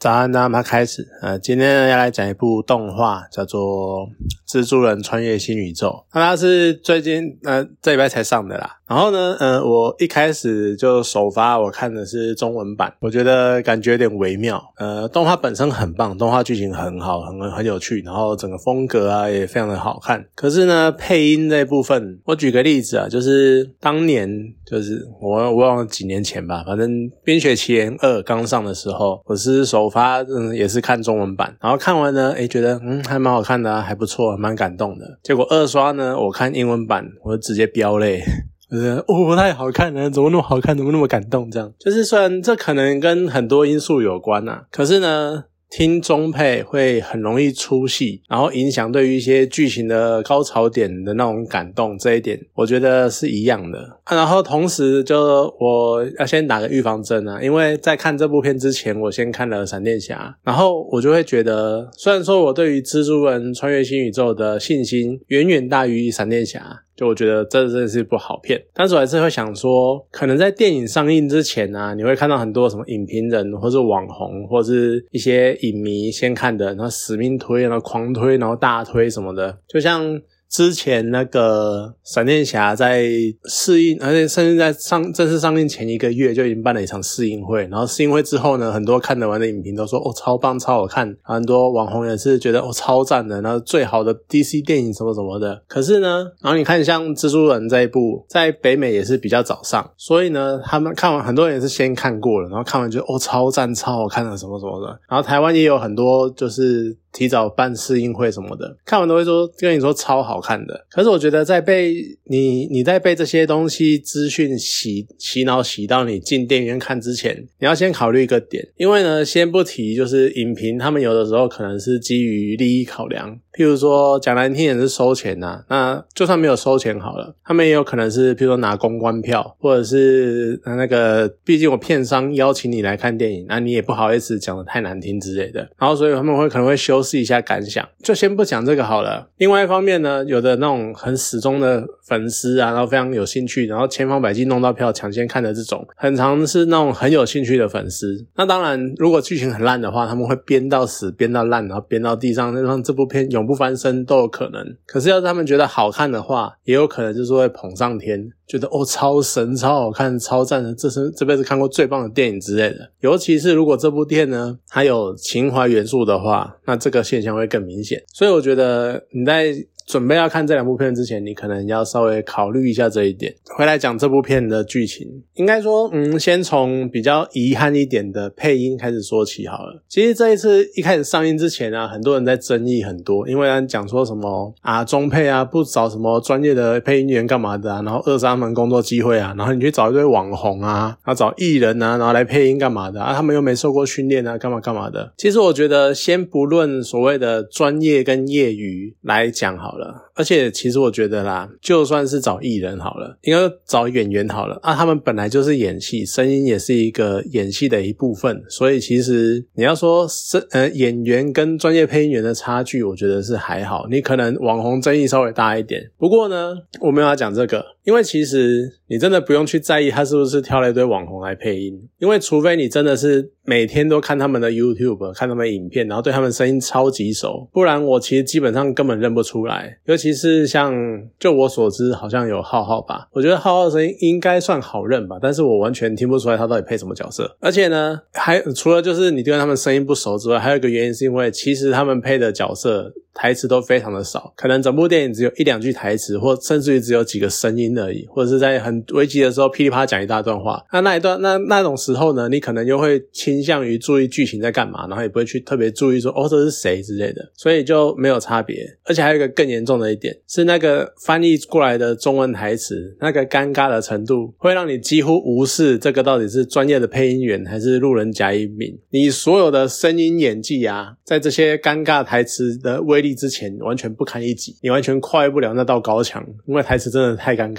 早安，大家马上开始。今天要来讲一部动画，叫做《蜘蛛人穿越新宇宙》。它是最近这礼拜才上的啦。然后呢，我一开始就首发我看的是中文版，我觉得感觉有点微妙。动画本身很棒，动画剧情很好，很有趣，然后整个风格啊也非常的好看。可是呢，配音这一部分，我举个例子啊，就是当年就是我忘了几年前吧，反正《冰雪奇缘2》刚上的时候，我是首发也是看中文版，然后看完呢，觉得还蛮好看的啊，还不错，蛮感动的。结果二刷呢，我看英文版，我就直接飙泪。太好看了，怎么那么好看，怎么那么感动，这样。就是虽然这可能跟很多因素有关啊，可是呢听中配会很容易出戏，然后影响对于一些剧情的高潮点的那种感动，这一点我觉得是一样的。然后同时就我要先打个预防针啊，因为在看这部片之前我先看了闪电侠，然后我就会觉得，虽然说我对于蜘蛛人穿越新宇宙的信心远远大于闪电侠，就我觉得这真的是一部好片，但是我还是会想说，可能在电影上映之前啊，你会看到很多什么影评人或是网红或是一些影迷先看的，然后死命推，然后狂推，然后大推什么的，就像之前那个闪电侠在试映，而且甚至在正式上映前一个月就已经办了一场试映会，然后试映会之后呢，很多看得完的影评都说超棒超好看，很多网红也是觉得超赞的，然后最好的 DC 电影什么什么的。可是呢，然后你看像蜘蛛人这一部在北美也是比较早上，所以呢他们看完，很多人也是先看过了，然后看完就超赞超好看的什么什么的。然后台湾也有很多就是提早办试映会什么的，看完都会跟你说超好看的。可是我觉得在被你在被这些东西资讯洗脑洗到你进电影院看之前，你要先考虑一个点，因为呢先不提就是影评他们有的时候可能是基于利益考量，譬如说讲难听点是收钱啊，那就算没有收钱好了，他们也有可能是譬如说拿公关票，或者是那个毕竟我片商邀请你来看电影，那你也不好意思讲得太难听之类的，然后所以他们可能会修饰一下感想，就先不讲这个好了。另外一方面呢，有的那种很死忠的粉丝啊，然后非常有兴趣，然后千方百计弄到票抢先看的这种，很常是那种很有兴趣的粉丝。那当然如果剧情很烂的话，他们会编到死编到烂，然后编到地上，让这部片永不翻身都有可能。可是要是他们觉得好看的话，也有可能就是会捧上天，觉得超神超好看超赞的，这是这辈子看过最棒的电影之类的。尤其是如果这部片呢它有情怀元素的话，那这个现象会更明显。所以我觉得你在准备要看这两部片之前，你可能要稍微考虑一下这一点。回来讲这部片的剧情，应该说先从比较遗憾一点的配音开始说起好了。其实这一次一开始上映之前啊，很多人在争议很多，因为讲说什么中配啊不找什么专业的配音员干嘛的啊，然后扼杀他们工作机会啊，然后你去找一堆网红啊，然后找艺人啊，然后来配音干嘛的啊，他们又没受过训练啊，干嘛干嘛的。其实我觉得先不论所谓的专业跟业余来讲好了，而且其实我觉得啦，就算是找艺人好了，应该找演员好了他们本来就是演戏，声音也是一个演戏的一部分，所以其实你要说演员跟专业配音员的差距，我觉得是还好，你可能网红争议稍微大一点。不过呢，我没有要讲这个，因为其实你真的不用去在意他是不是挑了一堆网红来配音，因为除非你真的是每天都看他们的 YouTube， 看他们的影片，然后对他们声音超级熟，不然我其实基本上根本认不出来。尤其是像就我所知好像有浩浩吧，我觉得浩浩的声音应该算好认吧，但是我完全听不出来他到底配什么角色。而且呢除了就是你对他们声音不熟之外，还有一个原因是因为其实他们配的角色台词都非常的少，可能整部电影只有一两句台词，或甚至于只有几个声音而已，或者是在很危急的时候噼里啪啦讲一大段话。那种时候呢，你可能又会倾向于注意剧情在干嘛，然后也不会去特别注意说这是谁之类的，所以就没有差别。而且还有一个更严重的一点是，那个翻译过来的中文台词那个尴尬的程度，会让你几乎无视这个到底是专业的配音员还是路人甲乙丙。你所有的声音演技啊，在这些尴尬台词的威力之前完全不堪一击，你完全跨越不了那道高墙，因为台词真的太尴尬了。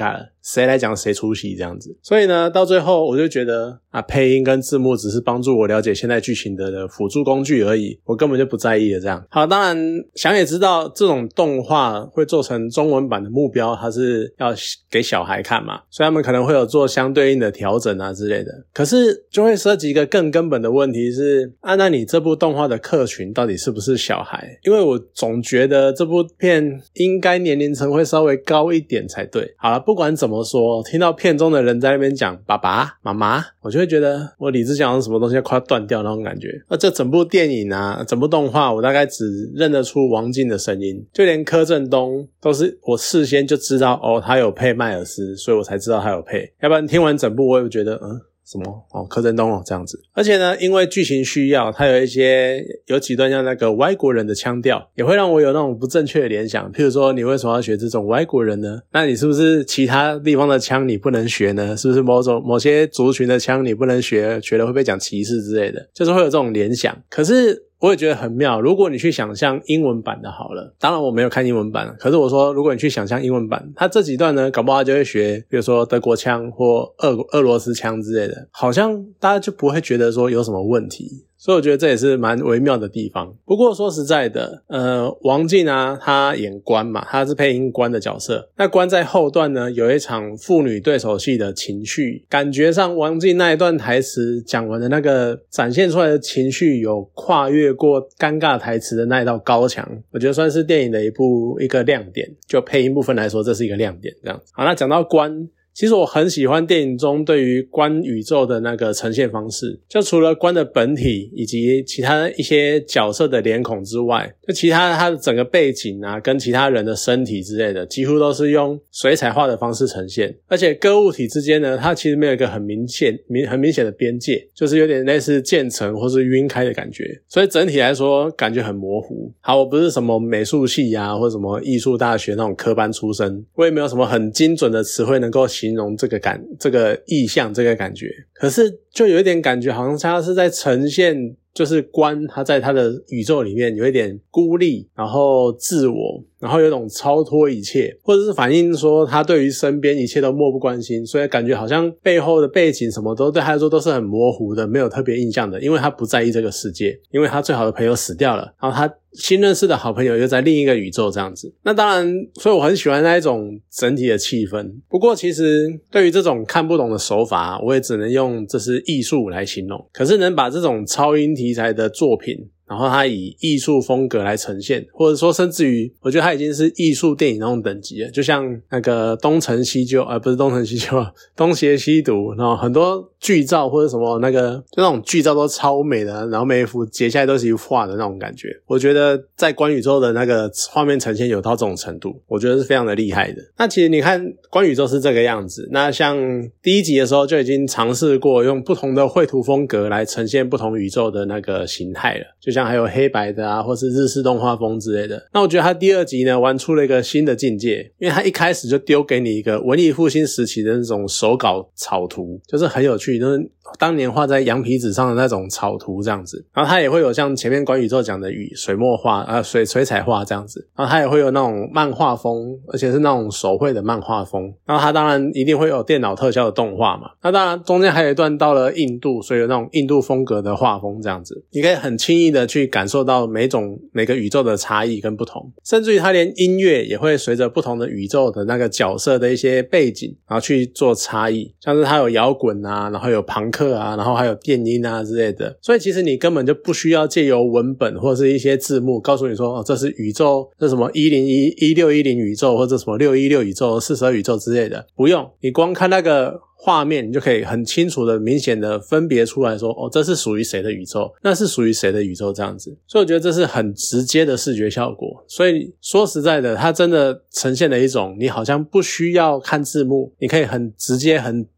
谁来讲谁出戏这样子。所以呢到最后我就觉得配音跟字幕只是帮助我了解现在剧情的辅助工具而已，我根本就不在意了这样。好，当然想也知道这种动画会做成中文版的目标它是要给小孩看嘛，所以他们可能会有做相对应的调整之类的。可是就会涉及一个更根本的问题是那你这部动画的客群到底是不是小孩？因为我总觉得这部片应该年龄层会稍微高一点才对。好了，不管怎么说，听到片中的人在那边讲爸爸妈妈，我就会觉得我理智讲什么东西快要断掉那种感觉。这整部电影整部动画我大概只认得出王静的声音，就连柯震东都是我事先就知道他有配迈尔斯，所以我才知道他有配，要不然听完整部我也觉得什么柯震东这样子。而且呢因为剧情需要，它有几段像那个外国人的腔调，也会让我有那种不正确的联想。譬如说你为什么要学这种外国人呢？那你是不是其他地方的腔你不能学呢？是不是某些族群的腔你不能学了会被讲歧视之类的，就是会有这种联想。可是我也觉得很妙，如果你去想象英文版的好了，当然我没有看英文版，可是我说如果你去想象英文版，它这几段呢搞不好就会学比如说德国腔或俄罗斯腔之类的，好像大家就不会觉得说有什么问题。所以我觉得这也是蛮微妙的地方。不过说实在的王静他演关嘛，他是配音关的角色。那关在后段呢有一场父女对手戏的情绪，感觉上王静那一段台词讲完的那个展现出来的情绪有跨越过尴尬台词的那一道高墙，我觉得算是电影的一个亮点，就配音部分来说这是一个亮点这样子。好，那讲到关，其实我很喜欢电影中对于关宇宙的那个呈现方式，就除了关的本体以及其他一些角色的脸孔之外，就其他它的整个背景跟其他人的身体之类的几乎都是用水彩画的方式呈现。而且各物体之间呢它其实没有一个很明显的边界，就是有点类似渐层或是晕开的感觉，所以整体来说感觉很模糊。好，我不是什么美术系或什么艺术大学那种科班出身，我也没有什么很精准的词汇能够形容这个意象这个感觉，可是就有一点感觉好像他是在呈现就是关他在他的宇宙里面有一点孤立，然后自我，然后有一种超脱一切，或者是反映说他对于身边一切都漠不关心，所以感觉好像背后的背景什么都对他来说都是很模糊的，没有特别印象的，因为他不在意这个世界，因为他最好的朋友死掉了，然后他新认识的好朋友又在另一个宇宙这样子。那当然所以我很喜欢那一种整体的气氛。不过其实对于这种看不懂的手法我也只能用这是艺术来形容。可是能把这种超英题材的作品然后它以艺术风格来呈现，或者说甚至于我觉得它已经是艺术电影那种等级了，就像那个东成西就不是东成西就东邪西毒，然后很多剧照或者什么就那种剧照都超美的，然后每一幅截下来都是一幅画的那种感觉。我觉得在关宇宙的那个画面呈现有到这种程度，我觉得是非常的厉害的。那其实你看关宇宙是这个样子，那像第一集的时候就已经尝试过用不同的绘图风格来呈现不同宇宙的那个形态了，就像还有黑白的或是日式动画风之类的。那我觉得他第二集呢玩出了一个新的境界，因为他一开始就丢给你一个文艺复兴时期的那种手稿草图，就是很有趣，就是当年画在羊皮纸上的那种草图这样子。然后他也会有像前面关宇宙讲的水墨画水彩画这样子，然后他也会有那种漫画风，而且是那种手绘的漫画风。然后他当然一定会有电脑特效的动画嘛，那当然中间还有一段到了印度，所以有那种印度风格的画风这样子，你可以很轻易的去感受到每个宇宙的差异跟不同，甚至于他连音乐也会随着不同的宇宙的那个角色的一些背景然后去做差异，像是他有摇滚然后有朋克然后还有电音之类的。所以其实你根本就不需要借由文本或是一些字幕告诉你说这是宇宙，这是什么1610宇宙或者什么616宇宙42宇宙之类的，不用，你光看那个画面你就可以很清楚的明显的分别出来说这是属于谁的宇宙，那是属于谁的宇宙这样子。所以我觉得这是很直接的视觉效果。所以说实在的它真的呈现了一种你好像不需要看字幕，你可以很直接很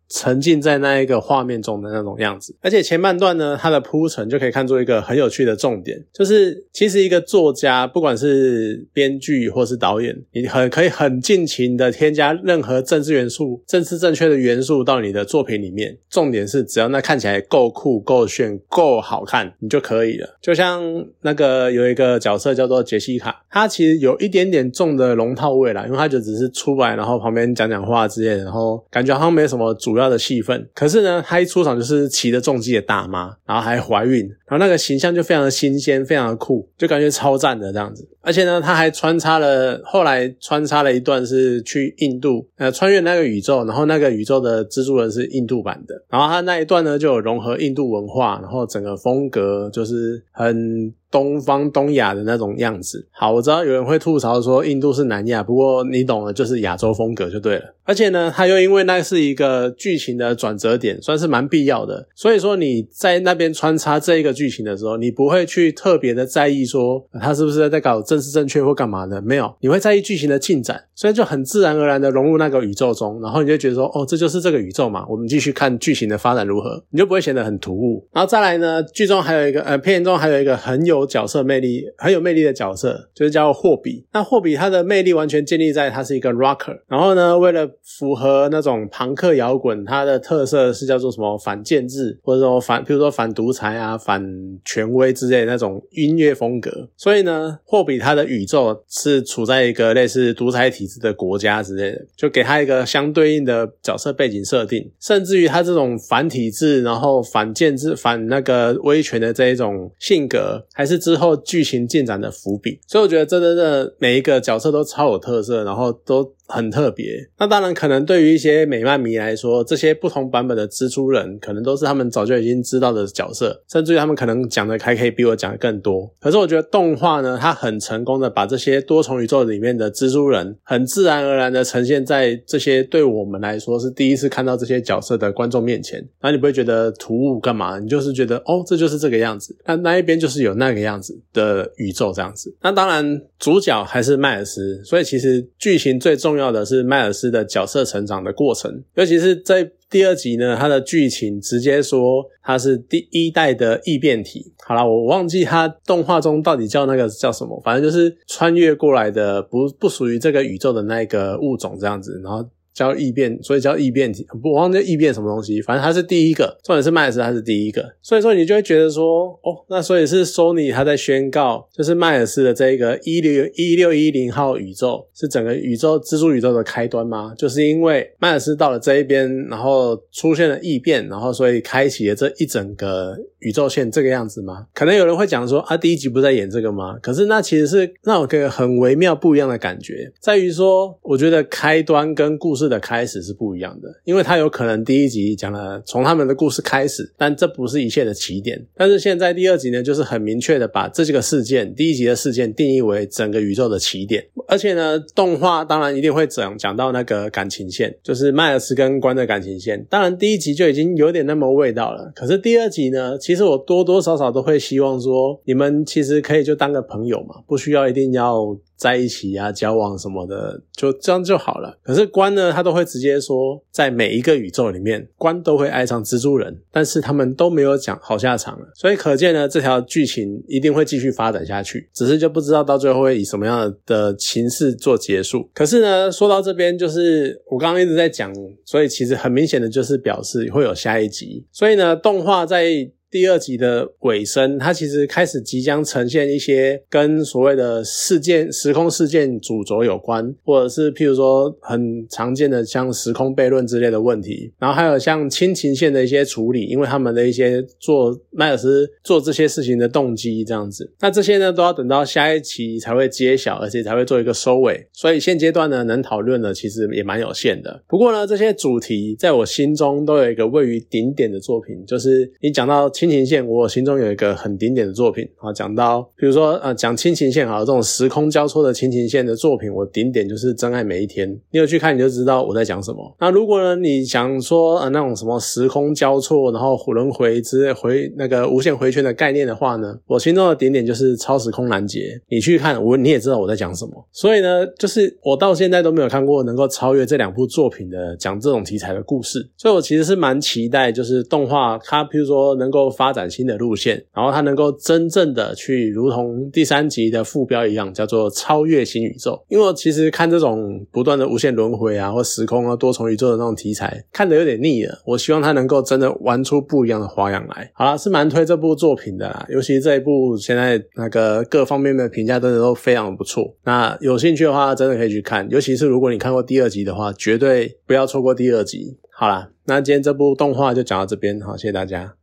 沉浸在那一个画面中的那种样子。而且前半段呢，它的铺陈就可以看出一个很有趣的重点，就是其实一个作家不管是编剧或是导演，你可以很尽情的添加任何政治元素、政治正确的元素到你的作品里面，重点是只要那看起来够酷、够炫、够好看你就可以了。就像那个有一个角色叫做杰西卡，她其实有一点点重的龙套味啦，因为她就只是出来然后旁边讲讲话之类的，然后感觉好像没什么主要的戏份，可是呢她一出场就是骑着重机的大妈，然后还怀孕，然后那个形象就非常的新鲜，非常的酷，就感觉超赞的这样子。而且呢她还后来穿插了一段是去印度穿越那个宇宙，然后那个宇宙的蜘蛛人是印度版的，然后她那一段呢就有融合印度文化，然后整个风格就是很东方东亚的那种样子。好，我知道有人会吐槽说印度是南亚，不过你懂了，就是亚洲风格就对了。而且呢它又因为那是一个剧情的转折点，算是蛮必要的，所以说你在那边穿插这一个剧情的时候，你不会去特别的在意说他是不是在搞政治正确或干嘛的，没有，你会在意剧情的进展，所以就很自然而然的融入那个宇宙中，然后你就觉得说这就是这个宇宙嘛，我们继续看剧情的发展如何，你就不会显得很突兀。然后再来呢，剧中还有一个片中还有一个很有魅力的角色，就是叫霍比。那霍比他的魅力完全建立在他是一个 rocker， 然后呢为了符合那种朋克摇滚，他的特色是叫做什么反建制，或者说比如说反独裁啊、反权威之类的那种音乐风格。所以呢霍比他的宇宙是处在一个类似独裁体制的国家之类的，就给他一个相对应的角色背景设定，甚至于他这种反体制然后反建制反那个威权的这一种性格还是之后剧情进展的伏笔。所以我觉得真的每一个角色都超有特色，然后都很特别。那当然可能对于一些美漫迷来说，这些不同版本的蜘蛛人可能都是他们早就已经知道的角色，甚至于他们可能讲的还可以比我讲的更多。可是我觉得动画呢，它很成功的把这些多重宇宙里面的蜘蛛人很自然而然的呈现在这些对我们来说是第一次看到这些角色的观众面前，然后你不会觉得突兀干嘛，你就是觉得这就是这个样子，那一边就是有那个样子的宇宙这样子。那当然主角还是迈尔斯，所以其实剧情最重要的是迈尔斯的角色成长的过程，尤其是在第二集呢，它的剧情直接说它是第一代的异变体。好啦，我忘记它动画中到底叫那个叫什么，反正就是穿越过来的不属于这个宇宙的那个物种这样子，然后叫异变，所以叫异变体，我忘记异变什么东西，反正他是第一个，重点是迈尔斯他是第一个，所以说你就会觉得说那所以是 Sony 他在宣告就是迈尔斯的这个1610号宇宙是整个宇宙蜘蛛宇宙的开端吗？就是因为迈尔斯到了这一边，然后出现了异变，然后所以开启了这一整个宇宙线这个样子吗？可能有人会讲说第一集不是在演这个吗？可是那其实是那有个很微妙不一样的感觉，在于说我觉得开端跟故事的开始是不一样的，因为它有可能第一集讲了从他们的故事开始，但这不是一切的起点。但是现在第二集呢，就是很明确的把这个事件，第一集的事件定义为整个宇宙的起点。而且呢，动画当然一定会讲到那个感情线，就是迈尔斯跟关的感情线。当然第一集就已经有点那么味道了，可是第二集呢，其实我多多少少都会希望说，你们其实可以就当个朋友嘛，不需要一定要在一起啊交往什么的，就这样就好了。可是关呢，他都会直接说在每一个宇宙里面关都会爱上蜘蛛人，但是他们都没有讲好下场了，所以可见呢这条剧情一定会继续发展下去，只是就不知道到最后会以什么样的形式做结束。可是呢说到这边，就是我刚刚一直在讲，所以其实很明显的就是表示会有下一集。所以呢动画在第二集的尾声，它其实开始即将呈现一些跟所谓的时空事件主轴有关，或者是譬如说很常见的像时空悖论之类的问题，然后还有像亲情线的一些处理，因为他们的一些迈尔斯做这些事情的动机这样子。那这些呢都要等到下一期才会揭晓，而且才会做一个收尾，所以现阶段呢能讨论的其实也蛮有限的。不过呢这些主题在我心中都有一个位于顶点的作品，就是你讲到亲亲情线，我心中有一个很经典的作品讲到比如说讲亲情线好这种时空交错的亲情线的作品，我顶点就是真爱每一天，你有去看你就知道我在讲什么。那如果呢你想说那种什么时空交错然后轮回之类回那个无限回圈的概念的话呢，我心中的顶点就是超时空拦截，你去看你也知道我在讲什么。所以呢就是我到现在都没有看过能够超越这两部作品的讲这种题材的故事，所以我其实是蛮期待就是动画它譬如说能够发展新的路线，然后它能够真正的去如同第3集的副标一样叫做超越新宇宙。因为我其实看这种不断的无限轮回或时空多重宇宙的那种题材看得有点腻了，我希望它能够真的玩出不一样的花样来。好啦，是蛮推这部作品的啦，尤其这一部现在那个各方面的评价真的都非常的不错，那有兴趣的话真的可以去看，尤其是如果你看过第2集的话绝对不要错过第2集。好啦，那今天这部动画就讲到这边，好，谢谢大家。